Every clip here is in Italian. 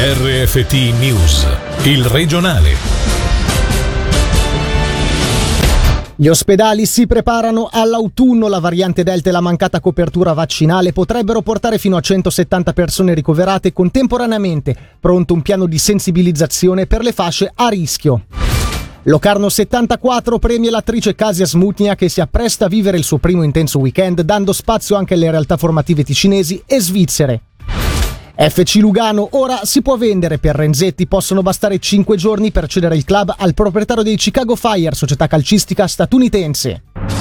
RFT News, il regionale. Gli ospedali si preparano all'autunno. La variante Delta e la mancata copertura vaccinale potrebbero portare fino a 170 persone ricoverate contemporaneamente. Pronto un piano di sensibilizzazione per le fasce a rischio. Locarno 74 premia l'attrice Kasia Smutnia, che si appresta a vivere il suo primo intenso weekend, dando spazio anche alle realtà formative ticinesi e svizzere. FC Lugano, ora si può vendere. Per Renzetti possono bastare 5 giorni per cedere il club al proprietario dei Chicago Fire, società calcistica statunitense.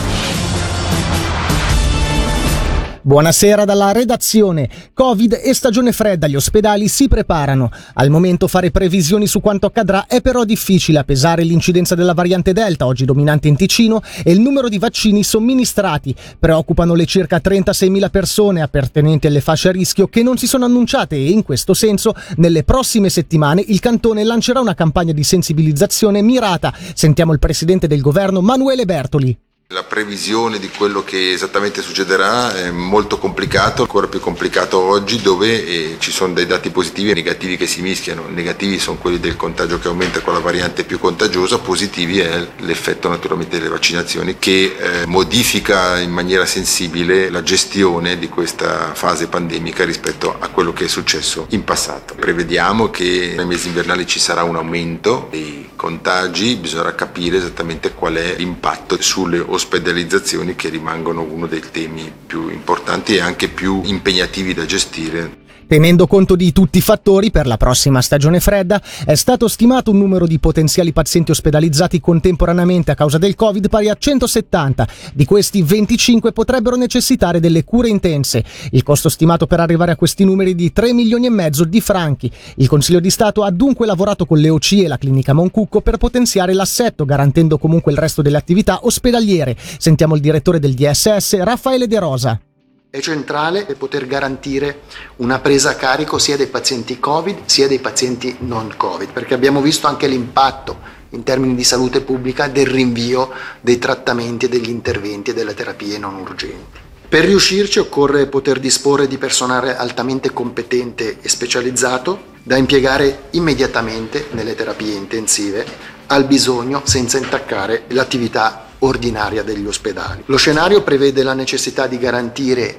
Buonasera dalla redazione. Covid e stagione fredda, gli ospedali si preparano. Al momento fare previsioni su quanto accadrà è però difficile, a pesare l'incidenza della variante Delta, oggi dominante in Ticino, e il numero di vaccini somministrati. Preoccupano le circa 36.000 persone appartenenti alle fasce a rischio che non si sono annunciate e in questo senso nelle prossime settimane il cantone lancerà una campagna di sensibilizzazione mirata. Sentiamo il presidente del governo Manuele Bertoli. La previsione di quello che esattamente succederà è molto complicato, ancora più complicato oggi, dove ci sono dei dati positivi e negativi che si mischiano. Negativi sono quelli del contagio che aumenta con la variante più contagiosa, positivi è l'effetto naturalmente delle vaccinazioni che modifica in maniera sensibile la gestione di questa fase pandemica rispetto a quello che è successo in passato. Prevediamo che nei mesi invernali ci sarà un aumento dei contagi, bisognerà capire esattamente qual è l'impatto sulle ospedalizzazioni, che rimangono uno dei temi più importanti e anche più impegnativi da gestire. Tenendo conto di tutti i fattori, per la prossima stagione fredda è stato stimato un numero di potenziali pazienti ospedalizzati contemporaneamente a causa del Covid pari a 170. Di questi 25 potrebbero necessitare delle cure intense. Il costo stimato per arrivare a questi numeri è di 3,5 milioni di franchi. Il Consiglio di Stato ha dunque lavorato con le OC e la clinica Moncucco per potenziare l'assetto, garantendo comunque il resto delle attività ospedaliere. Sentiamo il direttore del DSS, Raffaele De Rosa. È centrale poter garantire una presa a carico sia dei pazienti Covid sia dei pazienti non Covid, perché abbiamo visto anche l'impatto in termini di salute pubblica del rinvio dei trattamenti, degli interventi e delle terapie non urgenti. Per riuscirci occorre poter disporre di personale altamente competente e specializzato da impiegare immediatamente nelle terapie intensive al bisogno, senza intaccare l'attività ordinaria degli ospedali. Lo scenario prevede la necessità di garantire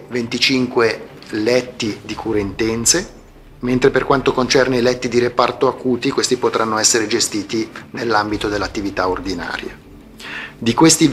25 letti di cure intense, mentre per quanto concerne i letti di reparto acuti, questi potranno essere gestiti nell'ambito dell'attività ordinaria. Di questi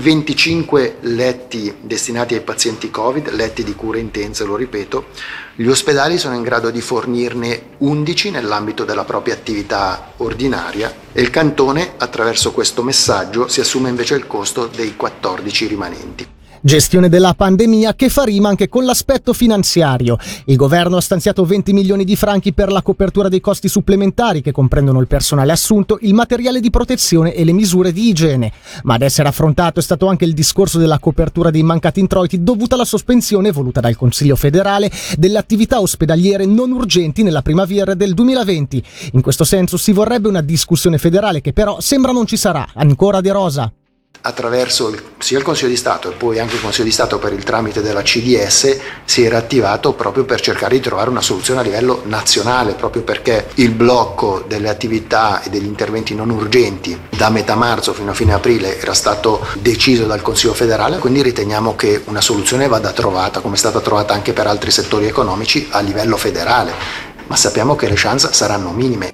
25 letti destinati ai pazienti Covid, letti di cure intense, lo ripeto, gli ospedali sono in grado di fornirne 11 nell'ambito della propria attività ordinaria e il cantone, attraverso questo messaggio, si assume invece il costo dei 14 rimanenti. Gestione della pandemia che fa rima anche con l'aspetto finanziario. Il governo ha stanziato 20 milioni di franchi per la copertura dei costi supplementari che comprendono il personale assunto, il materiale di protezione e le misure di igiene. Ma ad essere affrontato è stato anche il discorso della copertura dei mancati introiti dovuta alla sospensione voluta dal Consiglio federale delle attività ospedaliere non urgenti nella primavera del 2020. In questo senso si vorrebbe una discussione federale che però sembra non ci sarà. Ancora De Rosa. Attraverso sia il Consiglio di Stato e poi anche il Consiglio di Stato per il tramite della CDS si era attivato proprio per cercare di trovare una soluzione a livello nazionale, proprio perché il blocco delle attività e degli interventi non urgenti da metà marzo fino a fine aprile era stato deciso dal Consiglio federale, quindi riteniamo che una soluzione vada trovata, come è stata trovata anche per altri settori economici, a livello federale, ma sappiamo che le chance saranno minime.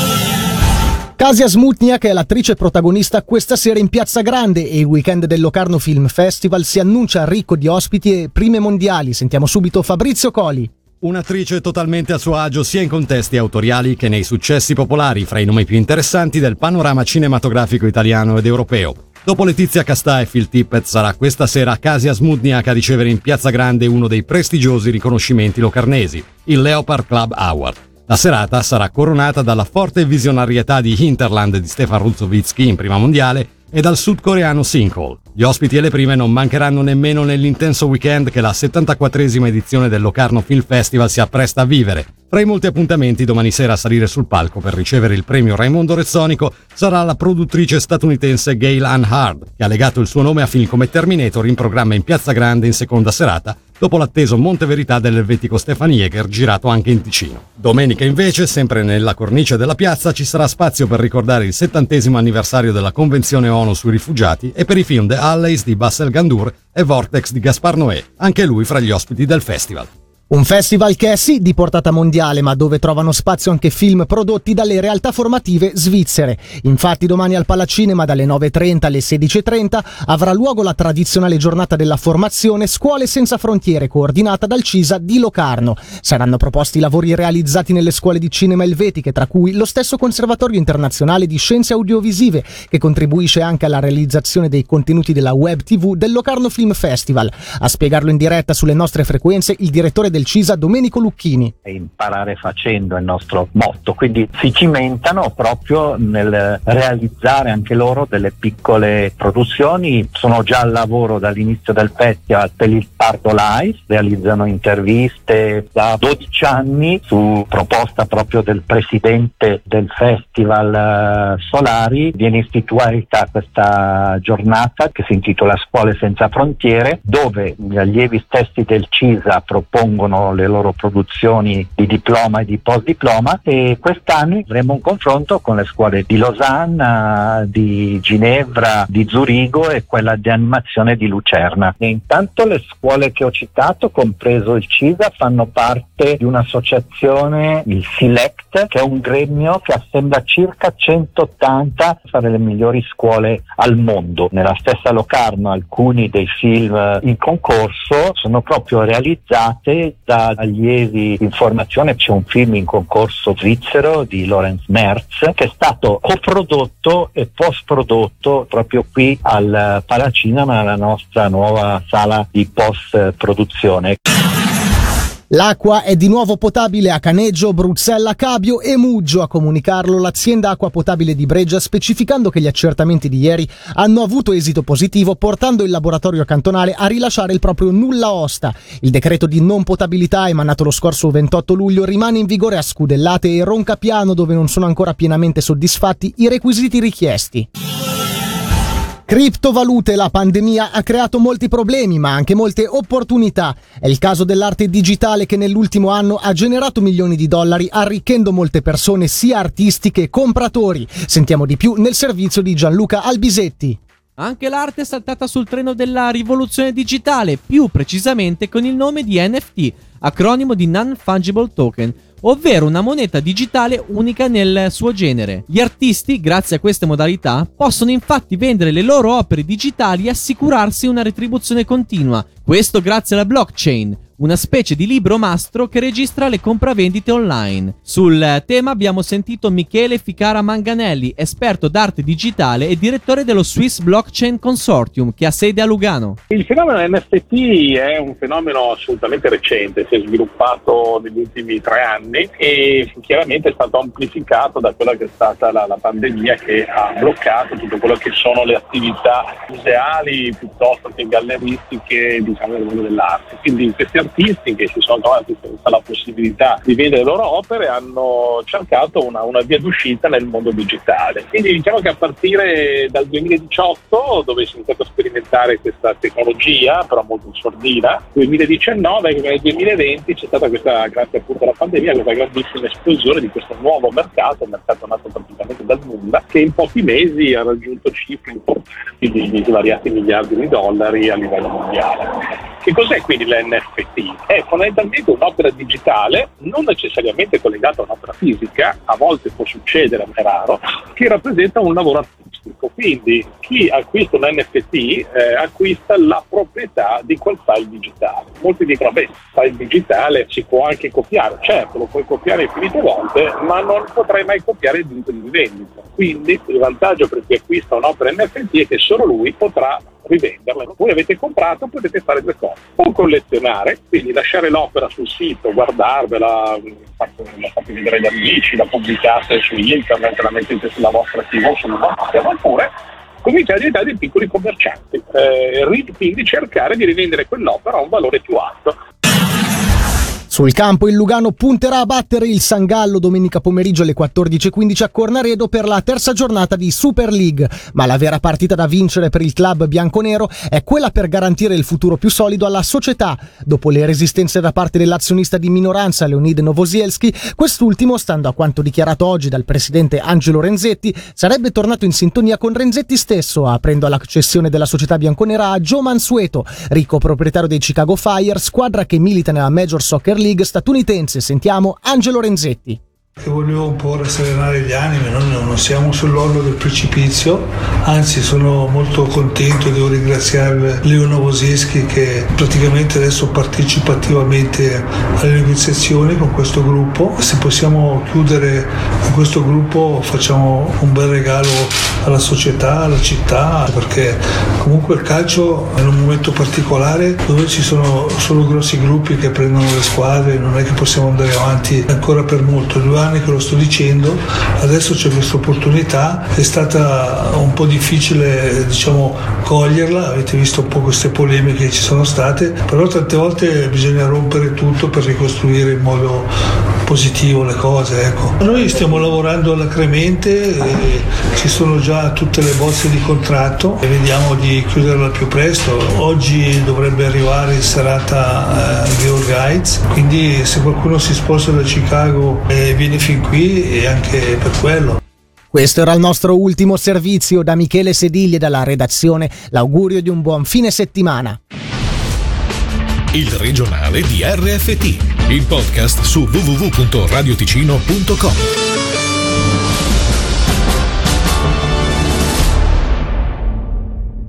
Kasia Smutnia, che è l'attrice protagonista questa sera in Piazza Grande, e il weekend del Locarno Film Festival si annuncia ricco di ospiti e prime mondiali. Sentiamo subito Fabrizio Coli. Un'attrice totalmente a suo agio sia in contesti autoriali che nei successi popolari, fra i nomi più interessanti del panorama cinematografico italiano ed europeo. Dopo Letizia Castà e Phil Tippett sarà questa sera Kasia Smutniak a ricevere in Piazza Grande uno dei prestigiosi riconoscimenti locarnesi, il Leopard Club Award. La serata sarà coronata dalla forte visionarietà di Hinterland di Stefan Ruzovitsky in prima mondiale e dal sudcoreano Sinkhole. Gli ospiti e le prime non mancheranno nemmeno nell'intenso weekend che la 74esima edizione del Locarno Film Festival si appresta a vivere. Fra i molti appuntamenti, domani sera a salire sul palco per ricevere il premio Raimondo Rezzonico sarà la produttrice statunitense Gail Ann Hurd, che ha legato il suo nome a film come Terminator in programma in Piazza Grande in seconda serata dopo l'atteso Monte Verità dell'elvetico Stefan Jäger, girato anche in Ticino. Domenica invece, sempre nella cornice della piazza, ci sarà spazio per ricordare il 70° anniversario della Convenzione ONU sui rifugiati e per i film The Allays di Bassel Gandour e Vortex di Gaspar Noé, anche lui fra gli ospiti del festival. Un festival che è sì di portata mondiale, ma dove trovano spazio anche film prodotti dalle realtà formative svizzere. Infatti domani al Palacinema dalle 9.30 alle 16.30 avrà luogo la tradizionale giornata della formazione Scuole Senza Frontiere, coordinata dal CISA di Locarno. Saranno proposti lavori realizzati nelle scuole di cinema elvetiche, tra cui lo stesso Conservatorio Internazionale di Scienze Audiovisive, che contribuisce anche alla realizzazione dei contenuti della web TV del Locarno Film Festival. A spiegarlo in diretta sulle nostre frequenze il direttore del CISA Domenico Lucchini. Imparare facendo è il nostro motto, quindi si cimentano proprio nel realizzare anche loro delle piccole produzioni. Sono già al lavoro dall'inizio del festival per il Pardo Live, realizzano interviste da 12 anni su proposta proprio del presidente del festival Solari. Viene istituita questa giornata che si intitola Scuole Senza Frontiere, dove gli allievi stessi del CISA propongono le loro produzioni di diploma e di post diploma, e quest'anno avremo un confronto con le scuole di Losanna, di Ginevra, di Zurigo e quella di animazione di Lucerna. E intanto le scuole che ho citato, compreso il CISA, fanno parte di un'associazione, il SILECT, che è un gremio che assembla circa 180 fra le migliori scuole al mondo. Nella stessa Locarno alcuni dei film in concorso sono proprio realizzati da allievi in formazione. C'è un film in concorso svizzero di Lorenz Merz che è stato coprodotto e post-prodotto proprio qui al Palacinema, la nostra nuova sala di post-produzione. L'acqua è di nuovo potabile a Caneggio, Bruzzella, Cabio e Muggio. A comunicarlo l'azienda acqua potabile di Breggia, specificando che gli accertamenti di ieri hanno avuto esito positivo, portando il laboratorio cantonale a rilasciare il proprio nulla osta. Il decreto di non potabilità emanato lo scorso 28 luglio rimane in vigore a Scudellate e Roncapiano, dove non sono ancora pienamente soddisfatti i requisiti richiesti. Criptovalute. La pandemia ha creato molti problemi, ma anche molte opportunità. È il caso dell'arte digitale, che nell'ultimo anno ha generato milioni di dollari, arricchendo molte persone, sia artisti che compratori. Sentiamo di più nel servizio di Gianluca Albisetti. Anche l'arte è saltata sul treno della rivoluzione digitale, più precisamente con il nome di NFT, acronimo di Non-Fungible Token, ovvero una moneta digitale unica nel suo genere. Gli artisti, grazie a queste modalità, possono infatti vendere le loro opere digitali e assicurarsi una retribuzione continua. Questo grazie alla blockchain, una specie di libro mastro che registra le compravendite online. Sul tema abbiamo sentito Michele Ficara Manganelli, esperto d'arte digitale e direttore dello Swiss Blockchain Consortium, che ha sede a Lugano. Il fenomeno NFT è un fenomeno assolutamente recente, si è sviluppato negli ultimi 3 anni e chiaramente è stato amplificato da quella che è stata la pandemia, che ha bloccato tutto quello che sono le attività museali piuttosto che galleristiche, diciamo, nel mondo dell'arte. Quindi questi artisti che si sono trovati senza la possibilità di vendere le loro opere hanno cercato una via d'uscita nel mondo digitale. Quindi diciamo che a partire dal 2018, dove si è iniziato a sperimentare questa tecnologia, però molto in sordina, 2019 e nel 2020 c'è stata questa, grazie appunto alla pandemia, questa grandissima esplosione di questo nuovo mercato, un mercato nato praticamente dal nulla, che in pochi mesi ha raggiunto cifre importanti di svariati miliardi di dollari a livello mondiale. Che cos'è quindi l'NFT? È fondamentalmente un'opera digitale, non necessariamente collegata a un'opera fisica, a volte può succedere, ma è raro, che rappresenta un lavoro artistico. Quindi chi acquista un NFT acquista la proprietà di quel file digitale. Molti dicono, il file digitale si può anche copiare. Certo, lo puoi copiare infinite volte, ma non potrai mai copiare il diritto di vendita. Quindi il vantaggio per chi acquista un'opera NFT è che solo lui potrà rivenderla. Voi avete comprato, potete fare 2 cose: o collezionare, quindi lasciare l'opera sul sito, guardarvela, la fate vedere agli amici, la pubblicate su internet, la mettete sulla vostra TV, sulla vostra, oppure cominciare a diventare dei piccoli commercianti, quindi cercare di rivendere quell'opera a un valore più alto. Sul campo il Lugano punterà a battere il San Gallo domenica pomeriggio alle 14:15 a Cornaredo per la terza giornata di Super League, ma la vera partita da vincere per il club bianconero è quella per garantire il futuro più solido alla società. Dopo le resistenze da parte dell'azionista di minoranza Leonid Novosielski, quest'ultimo, stando a quanto dichiarato oggi dal presidente Angelo Renzetti, sarebbe tornato in sintonia con Renzetti stesso, aprendo alla cessione della società bianconera a Joe Mansueto, ricco proprietario dei Chicago Fire, squadra che milita nella Major Soccer League statunitense. Sentiamo Angelo Renzetti. Che volevo un po' rasserenare gli animi, non siamo sull'orlo del precipizio, anzi sono molto contento, devo ringraziare Leo Novosielski che praticamente adesso partecipa attivamente alle negoziazioni con questo gruppo. Se possiamo chiudere in questo gruppo facciamo un bel regalo alla società, alla città, perché comunque il calcio è in un momento particolare dove ci sono solo grossi gruppi che prendono le squadre, non è che possiamo andare avanti ancora per molto. 2 anni che lo sto dicendo, adesso c'è questa opportunità, è stata un po' difficile coglierla, avete visto un po' queste polemiche che ci sono state, però tante volte bisogna rompere tutto per ricostruire in modo positivo le cose, ecco. Noi stiamo lavorando alacremente, ci sono già tutte le bozze di contratto e vediamo di chiuderla al più presto. Oggi dovrebbe arrivare in serata Georg Heitz, quindi se qualcuno si sposta da Chicago viene fin qui e anche per quello. Questo era il nostro ultimo servizio. Da Michele Sediglie dalla redazione l'augurio di un buon fine settimana. Il regionale di RFT, il podcast su www.radioticino.com.